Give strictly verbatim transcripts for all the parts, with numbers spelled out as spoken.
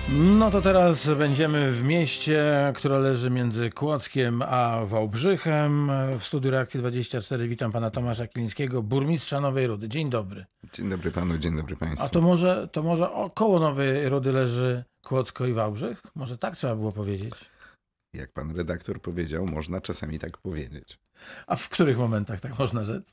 No to teraz będziemy w mieście, które leży między Kłodzkiem a Wałbrzychem. W studiu Reakcji dwadzieścia cztery witam pana Tomasza Kilińskiego, burmistrza Nowej Rudy. Dzień dobry. Dzień dobry panu, dzień dobry państwu. A to może, to może około Nowej Rudy leży Kłodzko i Wałbrzych? Może tak trzeba było powiedzieć? Jak pan redaktor powiedział, można czasami tak powiedzieć. A w których momentach tak można rzec?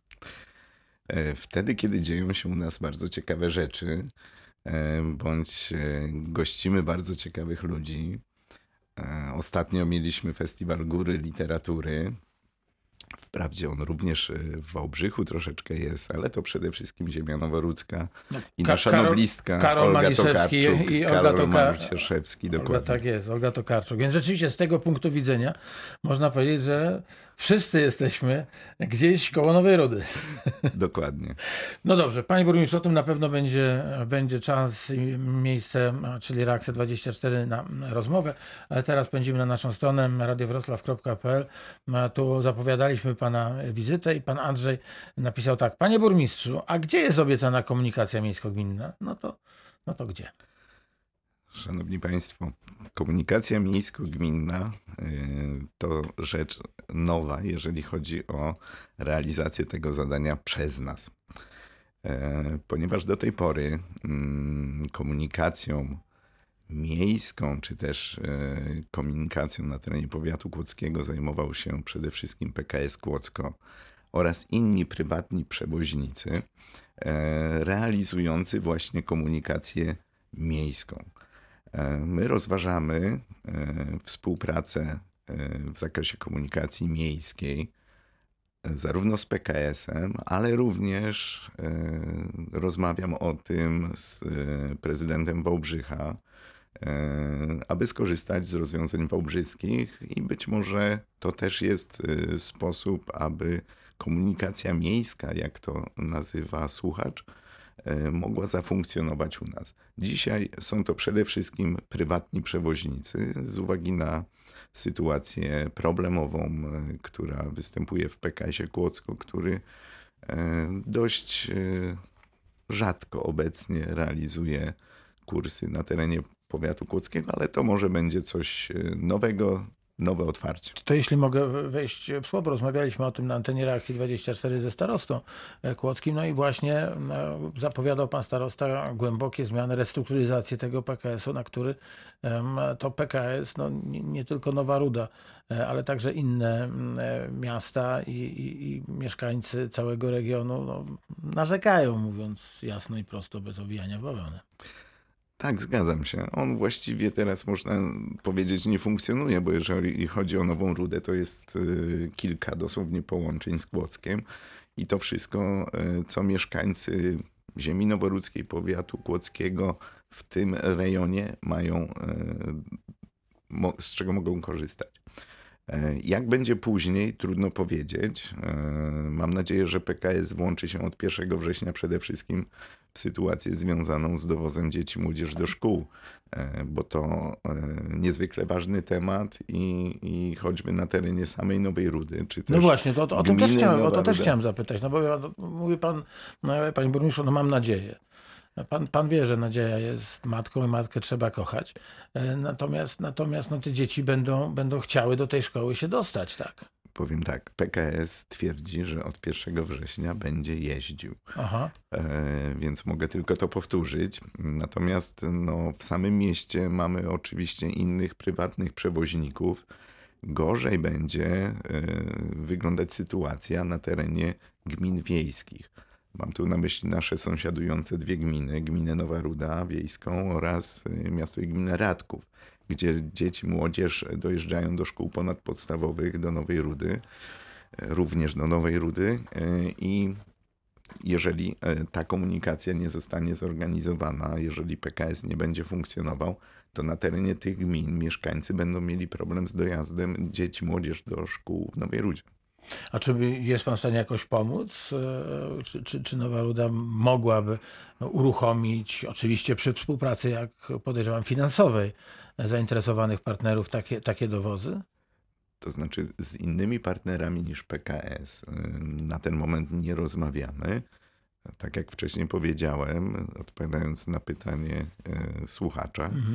Wtedy, kiedy dzieją się u nas bardzo ciekawe rzeczy, bądź gościmy bardzo ciekawych ludzi. Ostatnio mieliśmy Festiwal Góry Literatury. Wprawdzie on również w Wałbrzychu troszeczkę jest, ale to przede wszystkim ziemia noworudzka no, i Ka- nasza Karol, nobliska Karol Olga Maliszewski Tokarczuk. i Olga Karol Toka... Maliszewski, Olga, dokładnie. tak jest, Olga Tokarczuk. Więc rzeczywiście z tego punktu widzenia można powiedzieć, że wszyscy jesteśmy gdzieś koło Nowej Rudy. Dokładnie. No dobrze, panie burmistrzu, o tym na pewno będzie, będzie czas i miejsce, czyli Reakcja dwadzieścia cztery na rozmowę, ale teraz pędzimy na naszą stronę radio wrocław kropka p l. Tu zapowiadaliśmy pana wizytę i pan Andrzej napisał tak: panie burmistrzu, a gdzie jest obiecana komunikacja miejsko-gminna? No to, no to gdzie? Szanowni Państwo, komunikacja miejsko-gminna to rzecz nowa, jeżeli chodzi o realizację tego zadania przez nas. Ponieważ do tej pory komunikacją miejską, czy też komunikacją na terenie powiatu kłodzkiego zajmował się przede wszystkim P K S Kłodzko oraz inni prywatni przewoźnicy realizujący właśnie komunikację miejską. My rozważamy współpracę w zakresie komunikacji miejskiej zarówno z P K S-em, ale również rozmawiam o tym z prezydentem Wałbrzycha, aby skorzystać z rozwiązań wałbrzyskich i być może to też jest sposób, aby komunikacja miejska, jak to nazywa słuchacz, mogła zafunkcjonować u nas. Dzisiaj są to przede wszystkim prywatni przewoźnicy z uwagi na sytuację problemową, która występuje w P K S-ie Kłodzko, który dość rzadko obecnie realizuje kursy na terenie powiatu kłodzkiego, ale to może będzie coś nowego, nowe otwarcie. To jeśli mogę wejść w słowo, rozmawialiśmy o tym na antenie Reakcji dwadzieścia cztery ze starostą kłodzkim, no i właśnie zapowiadał pan starosta głębokie zmiany, restrukturyzację tego P K S-u, na który to P K S, no nie, nie tylko Nowa Ruda, ale także inne miasta i, i, i mieszkańcy całego regionu no, narzekają, mówiąc jasno i prosto, bez owijania w bawełnę. Tak, zgadzam się. On właściwie teraz można powiedzieć nie funkcjonuje, bo jeżeli chodzi o Nową Rudę, to jest kilka dosłownie połączeń z Kłodzkiem i to wszystko, co mieszkańcy ziemi noworudzkiej, powiatu kłodzkiego w tym rejonie mają, z czego mogą korzystać. Jak będzie później, trudno powiedzieć. Mam nadzieję, że P K S włączy się od pierwszego września przede wszystkim w sytuację związaną z dowozem dzieci i młodzieży do szkół, bo to niezwykle ważny temat i, i choćby na terenie samej Nowej Rudy, czy też no właśnie, to, to, o, tym też chciałem, o to też Ruda. chciałem zapytać, no bo ja, mówi pan, no, panie burmistrzu, no mam nadzieję. Pan, pan wie, że nadzieja jest matką i matkę trzeba kochać. Natomiast, natomiast no, te dzieci będą, będą chciały do tej szkoły się dostać, tak? Powiem tak, P K S twierdzi, że od pierwszego września będzie jeździł. Aha. E, więc mogę tylko to powtórzyć. Natomiast no, w samym mieście mamy oczywiście innych prywatnych przewoźników. Gorzej będzie e, wyglądać sytuacja na terenie gmin wiejskich. Mam tu na myśli nasze sąsiadujące dwie gminy, gminę Nowa Ruda wiejską oraz miasto i gminę Radków, gdzie dzieci, młodzież dojeżdżają do szkół ponadpodstawowych do Nowej Rudy, również do Nowej Rudy i jeżeli ta komunikacja nie zostanie zorganizowana, jeżeli P K S nie będzie funkcjonował, to na terenie tych gmin mieszkańcy będą mieli problem z dojazdem dzieci, młodzież do szkół w Nowej Rudzie. A czy jest pan w stanie jakoś pomóc? Czy, czy, czy Nowa Ruda mogłaby uruchomić, oczywiście przy współpracy, jak podejrzewam, finansowej, zainteresowanych partnerów takie, takie dowozy? To znaczy z innymi partnerami niż P K S na ten moment nie rozmawiamy. Tak jak wcześniej powiedziałem, odpowiadając na pytanie słuchacza, mhm.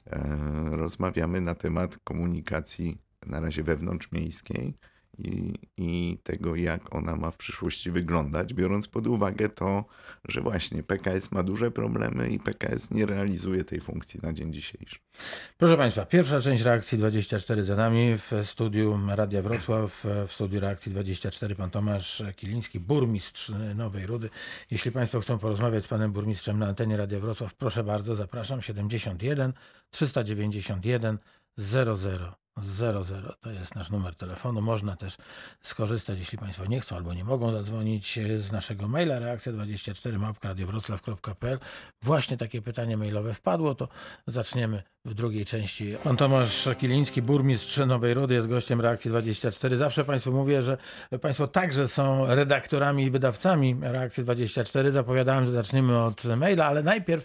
Rozmawiamy na temat komunikacji na razie wewnątrzmiejskiej i, i tego, jak ona ma w przyszłości wyglądać, biorąc pod uwagę to, że właśnie P K S ma duże problemy i P K S nie realizuje tej funkcji na dzień dzisiejszy. Proszę Państwa, pierwsza część Reakcji dwadzieścia cztery za nami. W studiu Radia Wrocław, w studiu Reakcji dwadzieścia cztery pan Tomasz Kiliński, burmistrz Nowej Rudy. Jeśli Państwo chcą porozmawiać z panem burmistrzem na antenie Radia Wrocław, proszę bardzo, zapraszam. siedemdziesiąt jeden trzysta dziewięćdziesiąt jeden zero zero zero zero to jest nasz numer telefonu. Można też skorzystać, jeśli Państwo nie chcą albo nie mogą zadzwonić, z naszego maila reakcja dwadzieścia cztery małpka radiowroclaw kropka p l. Właśnie takie pytanie mailowe wpadło, to zaczniemy w drugiej części. Pan Tomasz Kiliński, burmistrz Nowej Rudy, jest gościem Reakcji dwadzieścia cztery. Zawsze Państwu mówię, że Państwo także są redaktorami i wydawcami Reakcji dwadzieścia cztery. Zapowiadałem, że zaczniemy od maila, ale najpierw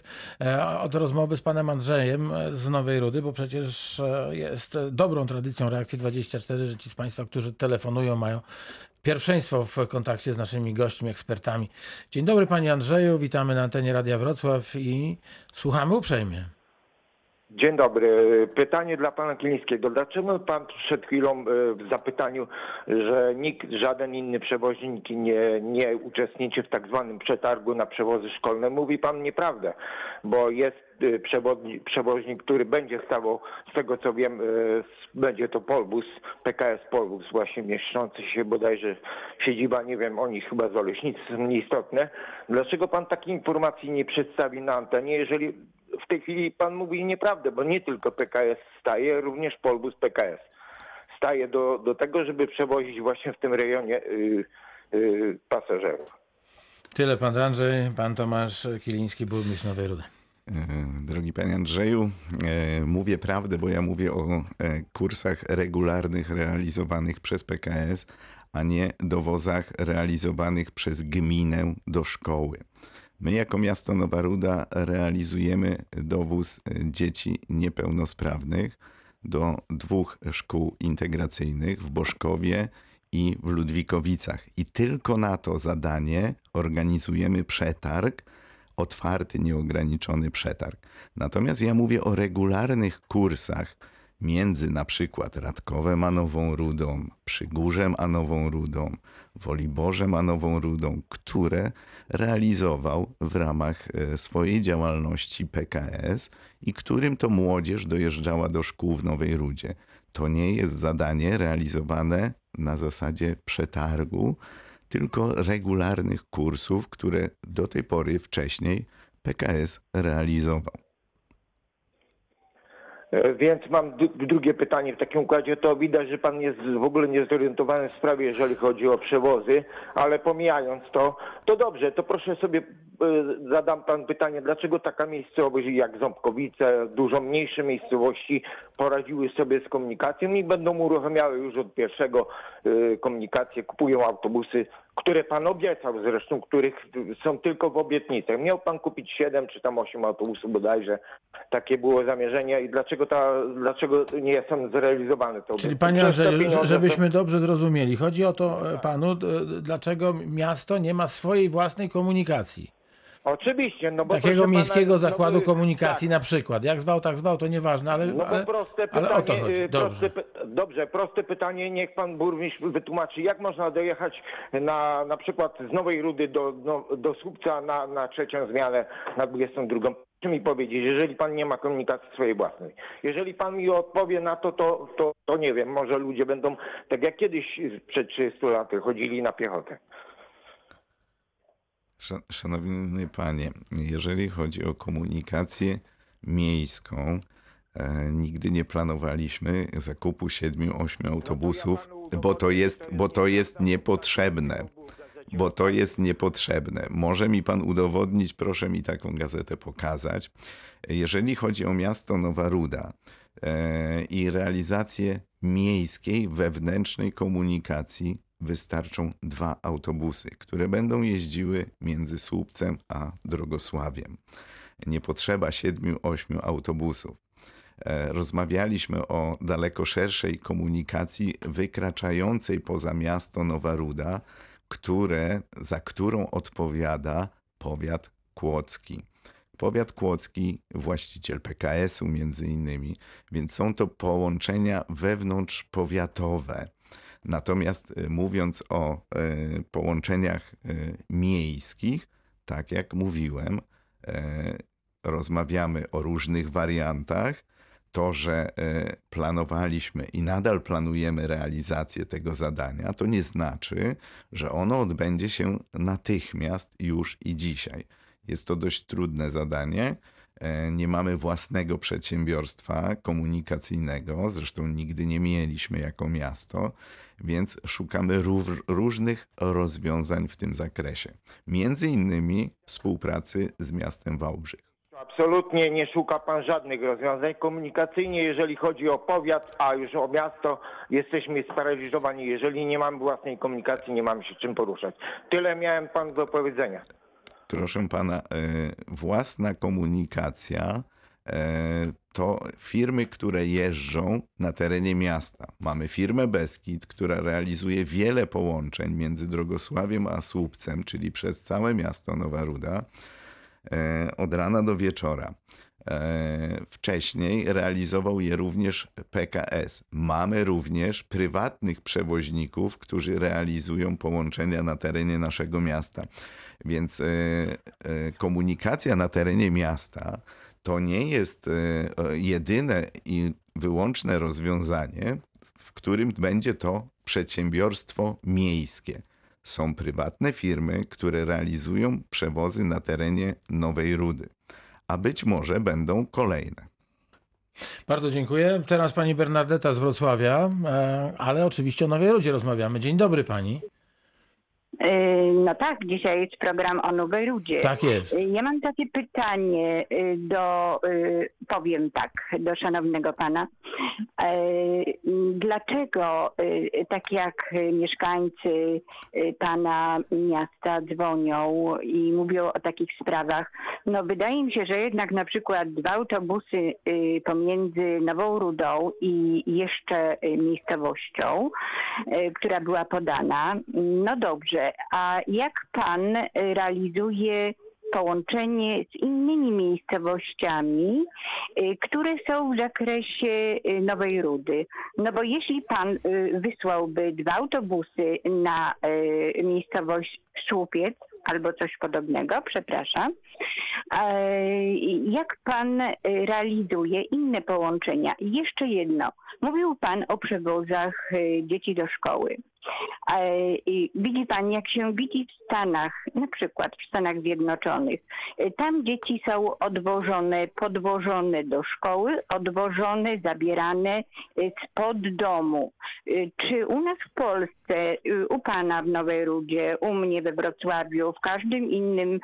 od rozmowy z panem Andrzejem z Nowej Rudy, bo przecież jest dobrą tradycją Reakcji dwadzieścia cztery, że ci z Państwa, którzy telefonują, mają pierwszeństwo w kontakcie z naszymi gośćmi, ekspertami. Dzień dobry panie Andrzeju, witamy na antenie Radia Wrocław i słuchamy uprzejmie. Dzień dobry. Pytanie dla pana Kilińskiego. Dlaczego pan przed chwilą w zapytaniu, że nikt, żaden inny przewoźnik nie, nie uczestniczy w tak zwanym przetargu na przewozy szkolne? Mówi pan nieprawdę, bo jest przewoźnik, przewoźnik, który będzie stawał, z tego co wiem, będzie to Polbus, P K S Polbus, właśnie mieszczący się bodajże siedziba, nie wiem, oni chyba z Oleśnicy są nieistotne. Dlaczego pan takiej informacji nie przedstawi na antenie, jeżeli w tej chwili pan mówi nieprawdę, bo nie tylko P K S staje, również Polbus P K S staje do, do tego, żeby przewozić właśnie w tym rejonie yy, yy, pasażerów. Tyle pan Andrzej, pan Tomasz Kiliński, burmistrz Nowej Rudy. Drogi panie Andrzeju, mówię prawdę, bo ja mówię o kursach regularnych realizowanych przez P K S, a nie dowozach realizowanych przez gminę do szkoły. My jako miasto Nowa Ruda realizujemy dowóz dzieci niepełnosprawnych do dwóch szkół integracyjnych w Boszkowie i w Ludwikowicach. I tylko na to zadanie organizujemy przetarg, otwarty, nieograniczony przetarg. Natomiast ja mówię o regularnych kursach między na przykład Radkowem a Nową Rudą, Przygórzem a Nową Rudą, Woliborzem a Nową Rudą, które realizował w ramach swojej działalności P K S i którym to młodzież dojeżdżała do szkół w Nowej Rudzie. To nie jest zadanie realizowane na zasadzie przetargu, tylko regularnych kursów, które do tej pory wcześniej P K S realizował. Więc mam drugie pytanie w takim układzie. To widać, że pan jest w ogóle niezorientowany w sprawie, jeżeli chodzi o przewozy, ale pomijając to, to dobrze, to proszę sobie, zadam pan pytanie, dlaczego taka miejscowość jak Ząbkowice, dużo mniejsze miejscowości poradziły sobie z komunikacją i będą uruchamiały już od pierwszego komunikację, kupują autobusy, które pan obiecał zresztą, których są tylko w obietnicach. Miał pan kupić siedem czy tam osiem autobusów bodajże. Takie było zamierzenie i dlaczego, ta, dlaczego nie są zrealizowane to? Czyli panie Andrzeju, żebyśmy dobrze zrozumieli. Chodzi o to panu, dlaczego miasto nie ma swojej własnej komunikacji. Oczywiście. No bo takiego miejskiego pana, zakładu no, komunikacji tak. na przykład. Jak zwał, tak zwał, to nieważne, ale, no ale, proste ale pytanie, o to chodzi. Dobrze. Proste, dobrze, proste pytanie. Niech pan burmistrz wytłumaczy, jak można dojechać na, na przykład z Nowej Rudy do, do, do Słupca na, na trzecią zmianę, na dwudziestą drugą. Proszę mi powiedzieć, jeżeli pan nie ma komunikacji swojej własnej. Jeżeli pan mi odpowie na to, to, to, to nie wiem, może ludzie będą, tak jak kiedyś przed trzydziestu laty, chodzili na piechotę. Szanowny panie, jeżeli chodzi o komunikację miejską, e, nigdy nie planowaliśmy zakupu siedmiu, ośmiu autobusów, bo to jest, bo to jest niepotrzebne. Bo to jest niepotrzebne. Może mi pan udowodnić, proszę mi taką gazetę pokazać. Jeżeli chodzi o miasto Nowa Ruda e, i realizację miejskiej, wewnętrznej komunikacji, wystarczą dwa autobusy, które będą jeździły między Słupcem a Drogosławiem. Nie potrzeba siedmiu, ośmiu autobusów. Rozmawialiśmy o daleko szerszej komunikacji wykraczającej poza miasto Nowa Ruda, które, za którą odpowiada powiat kłodzki. powiat kłodzki, właściciel P K S-u między innymi, więc są to połączenia wewnątrzpowiatowe. Natomiast mówiąc o połączeniach miejskich, tak jak mówiłem, rozmawiamy o różnych wariantach. To, że planowaliśmy i nadal planujemy realizację tego zadania, to nie znaczy, że ono odbędzie się natychmiast, już i dzisiaj. Jest to dość trudne zadanie. Nie mamy własnego przedsiębiorstwa komunikacyjnego, zresztą nigdy nie mieliśmy jako miasto, więc szukamy ró- różnych rozwiązań w tym zakresie. Między innymi współpracy z miastem Wałbrzych. Absolutnie nie szuka pan żadnych rozwiązań komunikacyjnych, jeżeli chodzi o powiat, a już o miasto jesteśmy sparaliżowani. Jeżeli nie mamy własnej komunikacji, nie mamy się czym poruszać. Tyle miałem panu do powiedzenia. Proszę pana, własna komunikacja to firmy, które jeżdżą na terenie miasta. Mamy firmę Beskid, która realizuje wiele połączeń między Drogosławiem a Słupcem, czyli przez całe miasto Nowa Ruda, od rana do wieczora. Wcześniej realizował je również P K S. Mamy również prywatnych przewoźników, którzy realizują połączenia na terenie naszego miasta. Więc komunikacja na terenie miasta to nie jest jedyne i wyłączne rozwiązanie, w którym będzie to przedsiębiorstwo miejskie. Są prywatne firmy, które realizują przewozy na terenie Nowej Rudy. A być może będą kolejne. Bardzo dziękuję. Teraz pani Bernadeta z Wrocławia, ale oczywiście o Nowej Rudzie rozmawiamy. Dzień dobry pani. No tak, dzisiaj jest program o Nowej Rudzie. Tak jest. Ja mam takie pytanie do, powiem tak, do szanownego pana. Dlaczego tak jak mieszkańcy pana miasta dzwonią i mówią o takich sprawach, no wydaje mi się, że jednak na przykład dwa autobusy pomiędzy Nową Rudą i jeszcze miejscowością, która była podana, no dobrze, a jak pan realizuje połączenie z innymi miejscowościami, które są w zakresie Nowej Rudy? No bo jeśli pan wysłałby dwa autobusy na miejscowość Słupiec albo coś podobnego, przepraszam, jak pan realizuje inne połączenia? I jeszcze jedno. Mówił pan o przewozach dzieci do szkoły. Widzi pan, jak się widzi w Stanach, na przykład w Stanach Zjednoczonych, tam dzieci są odwożone, podwożone do szkoły, odwożone, zabierane spod domu. Czy u nas w Polsce, u pana w Nowej Rudzie, u mnie we Wrocławiu, w każdym innym,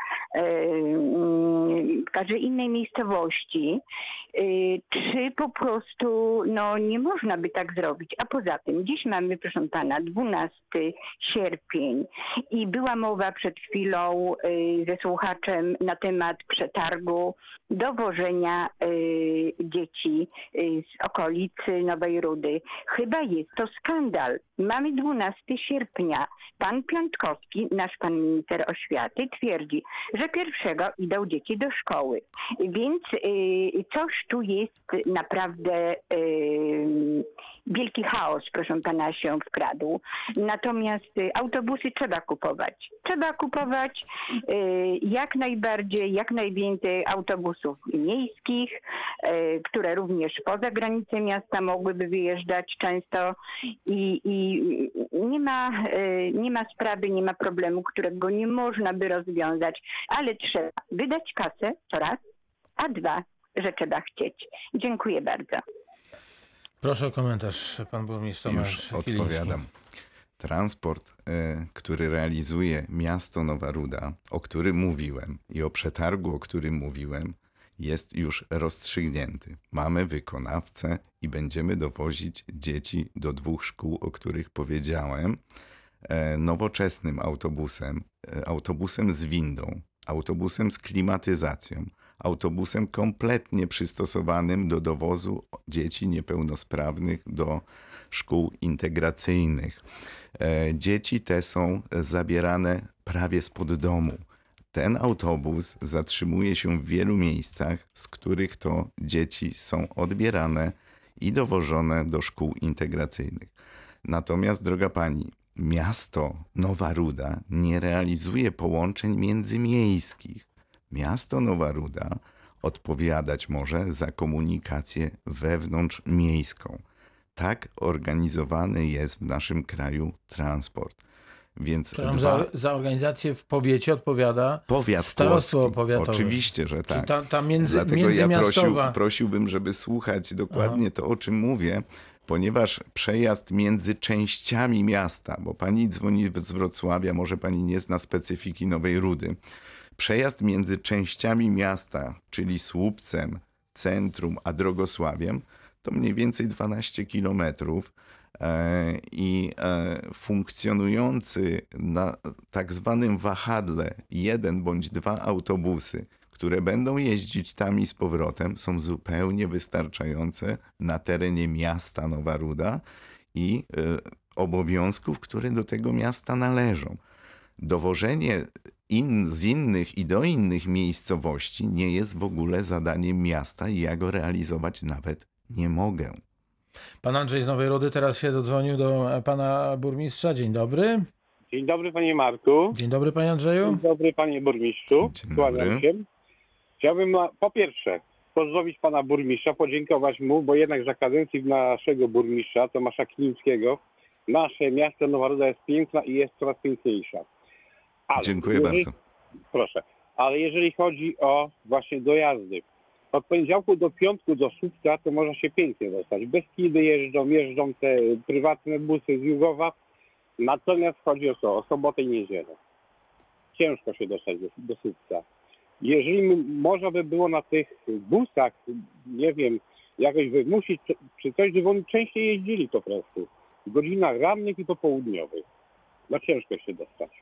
w każdej innej miejscowości, czy po prostu no, nie można by tak zrobić? A poza tym, dziś mamy, proszę pana, dwunastego sierpnia i była mowa przed chwilą ze słuchaczem na temat przetargu dowożenia dzieci z okolicy Nowej Rudy. Chyba jest to skandal. Mamy dwunastego sierpnia. Pan Piątkowski, nasz pan minister oświaty, twierdzi, że pierwszego idą dzieci do szkoły. Więc coś tu jest naprawdę wielki chaos, proszę pana, się wkradł. Natomiast autobusy trzeba kupować. Trzeba kupować jak najbardziej, jak najwięcej autobusów miejskich, które również poza granice miasta mogłyby wyjeżdżać często i, i nie ma, nie ma sprawy, nie ma problemu, którego nie można by rozwiązać, ale trzeba wydać kasę, to raz, a dwa, że trzeba chcieć. Dziękuję bardzo. Proszę o komentarz, pan burmistrz Tomasz Już Chiliński. odpowiadam. Transport, który realizuje miasto Nowa Ruda, o którym mówiłem i o przetargu, o którym mówiłem, jest już rozstrzygnięty. Mamy wykonawcę i będziemy dowozić dzieci do dwóch szkół, o których powiedziałem, nowoczesnym autobusem, autobusem z windą, autobusem z klimatyzacją, autobusem kompletnie przystosowanym do dowozu dzieci niepełnosprawnych do szkół integracyjnych. Dzieci te są zabierane prawie spod domu. ten autobus zatrzymuje się w wielu miejscach, z których to dzieci są odbierane i dowożone do szkół integracyjnych. Natomiast, droga pani, miasto Nowa Ruda nie realizuje połączeń międzymiejskich. Miasto Nowa Ruda odpowiadać może za komunikację wewnątrzmiejską. Tak organizowany jest w naszym kraju transport. Więc Przepraszam, dwa... za, za organizację w powiecie odpowiada Powiat starostwo Kłodzki. powiatowe. Oczywiście, że tak. Czyli ta, ta między, Dlatego ja prosił, międzymiastowa... prosiłbym, żeby słuchać dokładnie Aha. to, o czym mówię, ponieważ przejazd między częściami miasta, bo pani dzwoni z Wrocławia, może pani nie zna specyfiki Nowej Rudy. Przejazd między częściami miasta, czyli Słupcem, centrum, a Drogosławiem, to mniej więcej dwanaście kilometrów. I funkcjonujący na tak zwanym wahadle jeden bądź dwa autobusy, które będą jeździć tam i z powrotem, są zupełnie wystarczające na terenie miasta Nowa Ruda i obowiązków, które do tego miasta należą. Dowożenie in, z innych i do innych miejscowości nie jest w ogóle zadaniem miasta i ja go realizować nawet nie mogę. Pan Andrzej z Nowej Rudy teraz się dodzwonił do pana burmistrza. Dzień dobry. Dzień dobry panie Marku. Dzień dobry panie Andrzeju. Dzień dobry panie burmistrzu. Dzień Kłaniam dobry. się. Chciałbym po pierwsze pozdrowić pana burmistrza, podziękować mu, bo jednak za kadencji naszego burmistrza Tomasza Klimskiego nasze miasto Nowa Ruda jest piękna i jest coraz piękniejsza. Ale Dziękuję jeżeli, bardzo. Proszę. Ale jeżeli chodzi o właśnie dojazdy, od poniedziałku do piątku do Słupca to można się pięknie dostać. Beskidy jeżdżą, jeżdżą te prywatne busy z Jugowa. Natomiast chodzi o to, o sobotę i niedzielę. Ciężko się dostać do, do Słupca. Jeżeli można by było na tych busach, nie wiem, jakoś wymusić, czy coś, żeby oni częściej jeździli po prostu. W godzinach rannych i popołudniowych. No ciężko się dostać.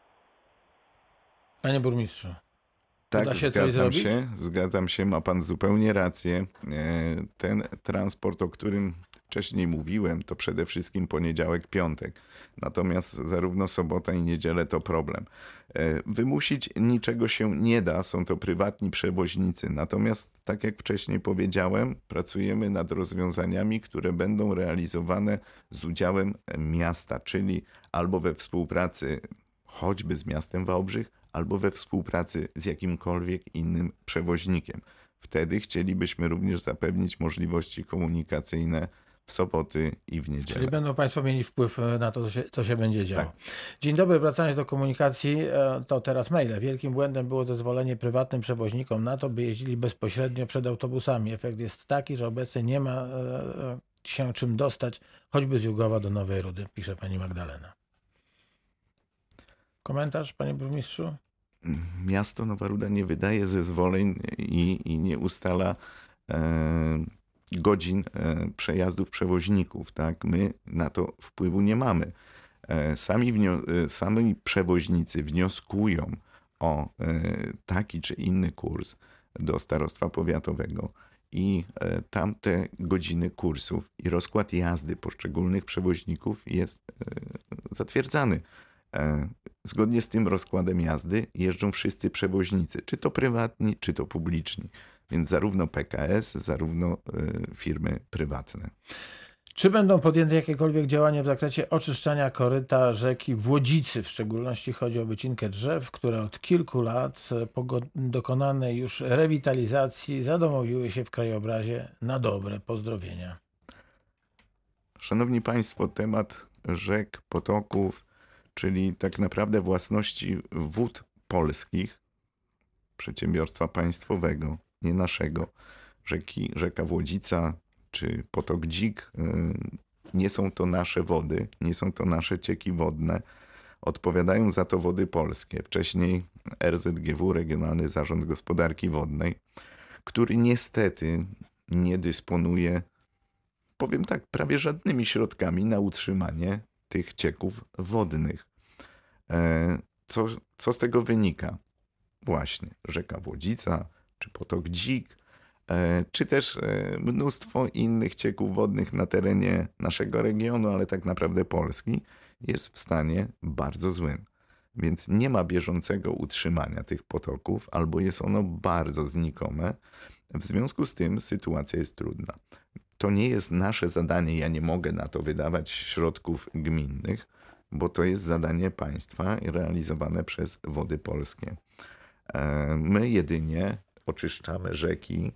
Panie burmistrzu. Tak, Uda się coś zgadzam zrobić? się, zgadzam się, ma pan zupełnie rację. E, Ten transport, o którym wcześniej mówiłem, to przede wszystkim poniedziałek, piątek. Natomiast zarówno sobota i niedzielę to problem. E, Wymusić niczego się nie da, są to prywatni przewoźnicy. Natomiast, tak jak wcześniej powiedziałem, pracujemy nad rozwiązaniami, które będą realizowane z udziałem miasta, czyli albo we współpracy choćby z miastem Wałbrzych, albo we współpracy z jakimkolwiek innym przewoźnikiem. Wtedy chcielibyśmy również zapewnić możliwości komunikacyjne w soboty i w niedzielę. Czyli będą państwo mieli wpływ na to, co się, co się będzie działo. Tak. Dzień dobry, wracając do komunikacji, to teraz maile. Wielkim błędem było zezwolenie prywatnym przewoźnikom na to, by jeździli bezpośrednio przed autobusami. Efekt jest taki, że obecnie nie ma się czym dostać, choćby z Jugowa do Nowej Rudy, pisze pani Magdalena. Komentarz, panie burmistrzu? Miasto Nowa Ruda nie wydaje zezwoleń i, i nie ustala e, godzin e, przejazdów przewoźników. Tak? My na to wpływu nie mamy. E, sami, wnio- e, sami przewoźnicy wnioskują o e, taki czy inny kurs do starostwa powiatowego i e, tamte godziny kursów i rozkład jazdy poszczególnych przewoźników jest e, zatwierdzany. Zgodnie z tym rozkładem jazdy jeżdżą wszyscy przewoźnicy, czy to prywatni, czy to publiczni. Więc zarówno P K S, zarówno firmy prywatne. Czy będą podjęte jakiekolwiek działania w zakresie oczyszczania koryta rzeki Włodzicy? W szczególności chodzi o wycinkę drzew, które od kilku lat po dokonanej już rewitalizacji zadomowiły się w krajobrazie na dobre. Pozdrowienia. Szanowni Państwo, temat rzek, potoków, czyli tak naprawdę własności wód polskich, przedsiębiorstwa państwowego, nie naszego. Rzeki, rzeka Włodzica czy potok Dzik, nie są to nasze wody, nie są to nasze cieki wodne. Odpowiadają za to Wody Polskie, wcześniej R Z G W, Regionalny Zarząd Gospodarki Wodnej, który niestety nie dysponuje, powiem tak, prawie żadnymi środkami na utrzymanie tych cieków wodnych. Co, co z tego wynika? Właśnie rzeka Włodzica, czy potok Dzik, czy też mnóstwo innych cieków wodnych na terenie naszego regionu, ale tak naprawdę Polski, jest w stanie bardzo złym. Więc nie ma bieżącego utrzymania tych potoków, albo jest ono bardzo znikome. W związku z tym sytuacja jest trudna. To nie jest nasze zadanie, ja nie mogę na to wydawać środków gminnych, bo to jest zadanie państwa realizowane przez Wody Polskie. My jedynie oczyszczamy rzeki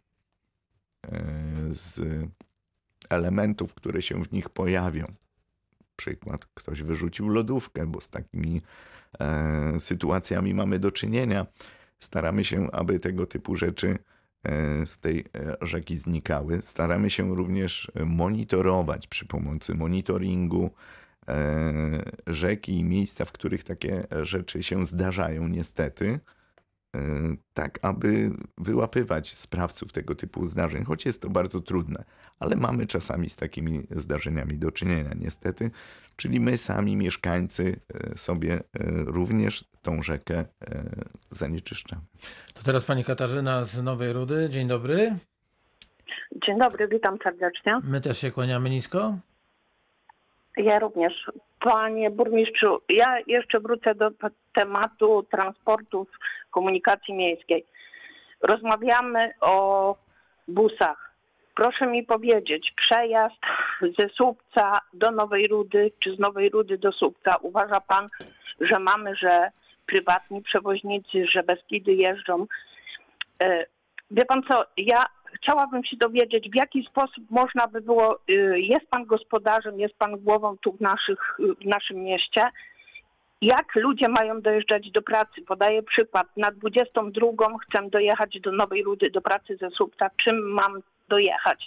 z elementów, które się w nich pojawią. Przykład, ktoś wyrzucił lodówkę, bo z takimi e, sytuacjami mamy do czynienia. Staramy się, aby tego typu rzeczy e, z tej rzeki znikały. Staramy się również monitorować przy pomocy monitoringu e, rzeki i miejsca, w których takie rzeczy się zdarzają niestety, e, tak aby wyłapywać sprawców tego typu zdarzeń, choć jest to bardzo trudne. Ale mamy czasami z takimi zdarzeniami do czynienia niestety, czyli my sami, mieszkańcy, sobie również tą rzekę zanieczyszczamy. To teraz pani Katarzyna z Nowej Rudy. Dzień dobry. Dzień dobry, witam serdecznie. My też się kłaniamy nisko. Ja również. Panie burmistrzu, ja jeszcze wrócę do tematu transportów, komunikacji miejskiej. Rozmawiamy o busach. Proszę mi powiedzieć, przejazd ze Słupca do Nowej Rudy, czy z Nowej Rudy do Słupca, uważa pan, że mamy, że prywatni przewoźnicy, że Beskidy jeżdżą? Wie pan co, ja chciałabym się dowiedzieć, w jaki sposób można by było, jest pan gospodarzem, jest pan głową tu w, naszych, w naszym mieście, jak ludzie mają dojeżdżać do pracy? Podaję przykład, na dwudziestą drugą chcę dojechać do Nowej Rudy, do pracy ze Słupca. Czym mam dojechać?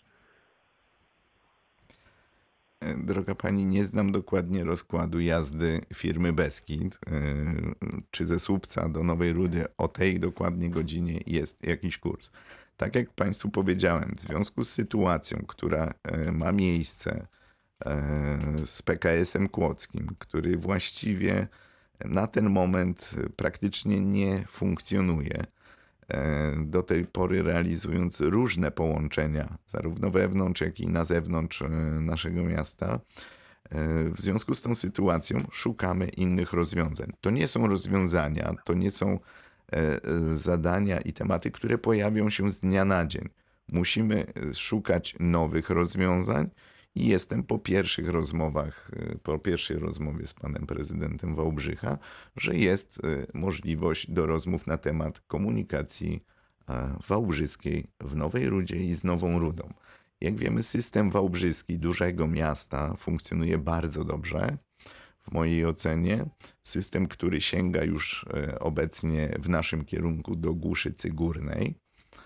Droga pani, nie znam dokładnie rozkładu jazdy firmy Beskid. Czy ze Słupca do Nowej Rudy o tej dokładnie godzinie jest jakiś kurs? Tak jak państwu powiedziałem, w związku z sytuacją, która ma miejsce z P K S-em Kłodzkim, który właściwie na ten moment praktycznie nie funkcjonuje, do tej pory realizując różne połączenia, zarówno wewnątrz, jak i na zewnątrz naszego miasta. W związku z tą sytuacją szukamy innych rozwiązań. To nie są rozwiązania, to nie są zadania i tematy, które pojawią się z dnia na dzień. Musimy szukać nowych rozwiązań i jestem po pierwszych rozmowach, po pierwszej rozmowie z panem prezydentem Wałbrzycha, że jest możliwość do rozmów na temat komunikacji wałbrzyskiej w Nowej Rudzie i z Nową Rudą. Jak wiemy, system wałbrzyski dużego miasta funkcjonuje bardzo dobrze. W mojej ocenie system, który sięga już obecnie w naszym kierunku do Głuszycy Górnej.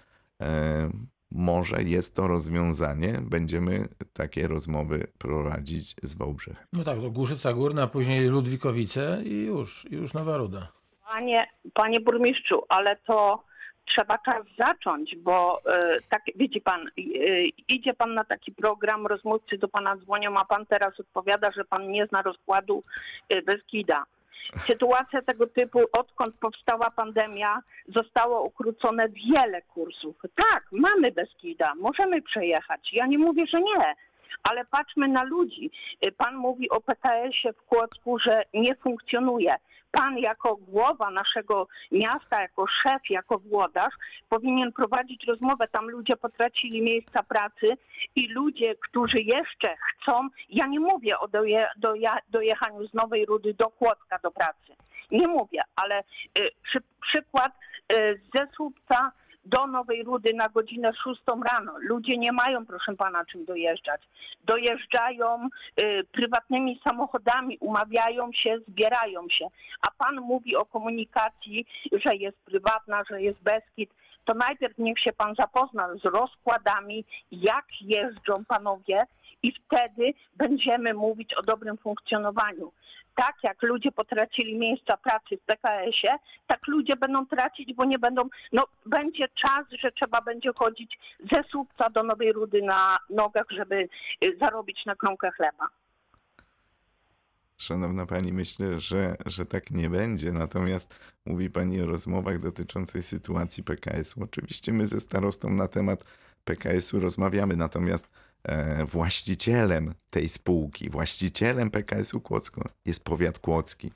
Może jest to rozwiązanie, będziemy takie rozmowy prowadzić z Wałbrzychem. No tak, to Głuszyca Górna, później Ludwikowice i już, i już Nowa Ruda. Panie, panie burmistrzu, ale to trzeba czas zacząć, bo y, tak, widzi pan, y, idzie pan na taki program, rozmówcy do pana dzwonią, a pan teraz odpowiada, że pan nie zna rozkładu y, Beskida. Sytuacja tego typu, odkąd powstała pandemia, zostało ukrócone wiele kursów. Tak, mamy Beskida, możemy przejechać. Ja nie mówię, że nie, ale patrzmy na ludzi. Pan mówi o P K S-ie w Kłodzku, że nie funkcjonuje. Pan jako głowa naszego miasta, jako szef, jako włodarz powinien prowadzić rozmowę. Tam ludzie potracili miejsca pracy i ludzie, którzy jeszcze chcą, ja nie mówię o doje, doje, dojechaniu z Nowej Rudy do Kłodzka do pracy. Nie mówię, ale y, przy, przykład y, ze Słupca do Nowej Rudy na godzinę szóstą rano. Ludzie nie mają, proszę pana, czym dojeżdżać. Dojeżdżają y, prywatnymi samochodami, umawiają się, zbierają się. A pan mówi o komunikacji, że jest prywatna, że jest Beskid. To najpierw niech się pan zapozna z rozkładami, jak jeżdżą panowie i wtedy będziemy mówić o dobrym funkcjonowaniu. Tak jak ludzie potracili miejsca pracy w P K S-ie, tak ludzie będą tracić, bo nie będą, no będzie czas, że trzeba będzie chodzić ze Słupca do Nowej Rudy na nogach, żeby zarobić na kromkę chleba. Szanowna pani, myślę, że, że tak nie będzie. Natomiast mówi pani o rozmowach dotyczących sytuacji P K S-u. Oczywiście my ze starostą na temat P K S-u rozmawiamy, natomiast e, właścicielem tej spółki, właścicielem P K S-u Kłodzko jest powiat kłodzki.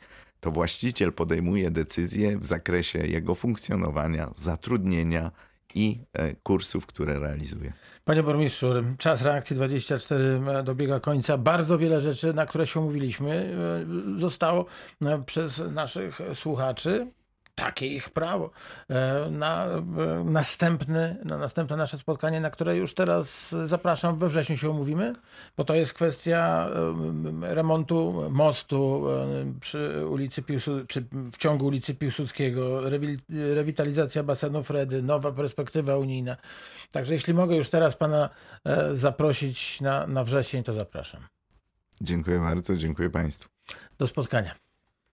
to właściciel podejmuje decyzje w zakresie jego funkcjonowania, zatrudnienia i kursów, które realizuje. Panie burmistrzu, czas reakcji dwadzieścia cztery dobiega końca. Bardzo wiele rzeczy, na które się umówiliśmy, zostało przez naszych słuchaczy, takie ich prawo, na następny, na następne nasze spotkanie, na które już teraz zapraszam, we wrześniu się umówimy, bo to jest kwestia remontu mostu przy ulicy Piłsud- czy w ciągu ulicy Piłsudskiego, rewi- rewitalizacja basenu Fredy, nowa perspektywa unijna. Także jeśli mogę już teraz pana zaprosić na, na wrzesień, to zapraszam. Dziękuję bardzo, dziękuję państwu. Do spotkania.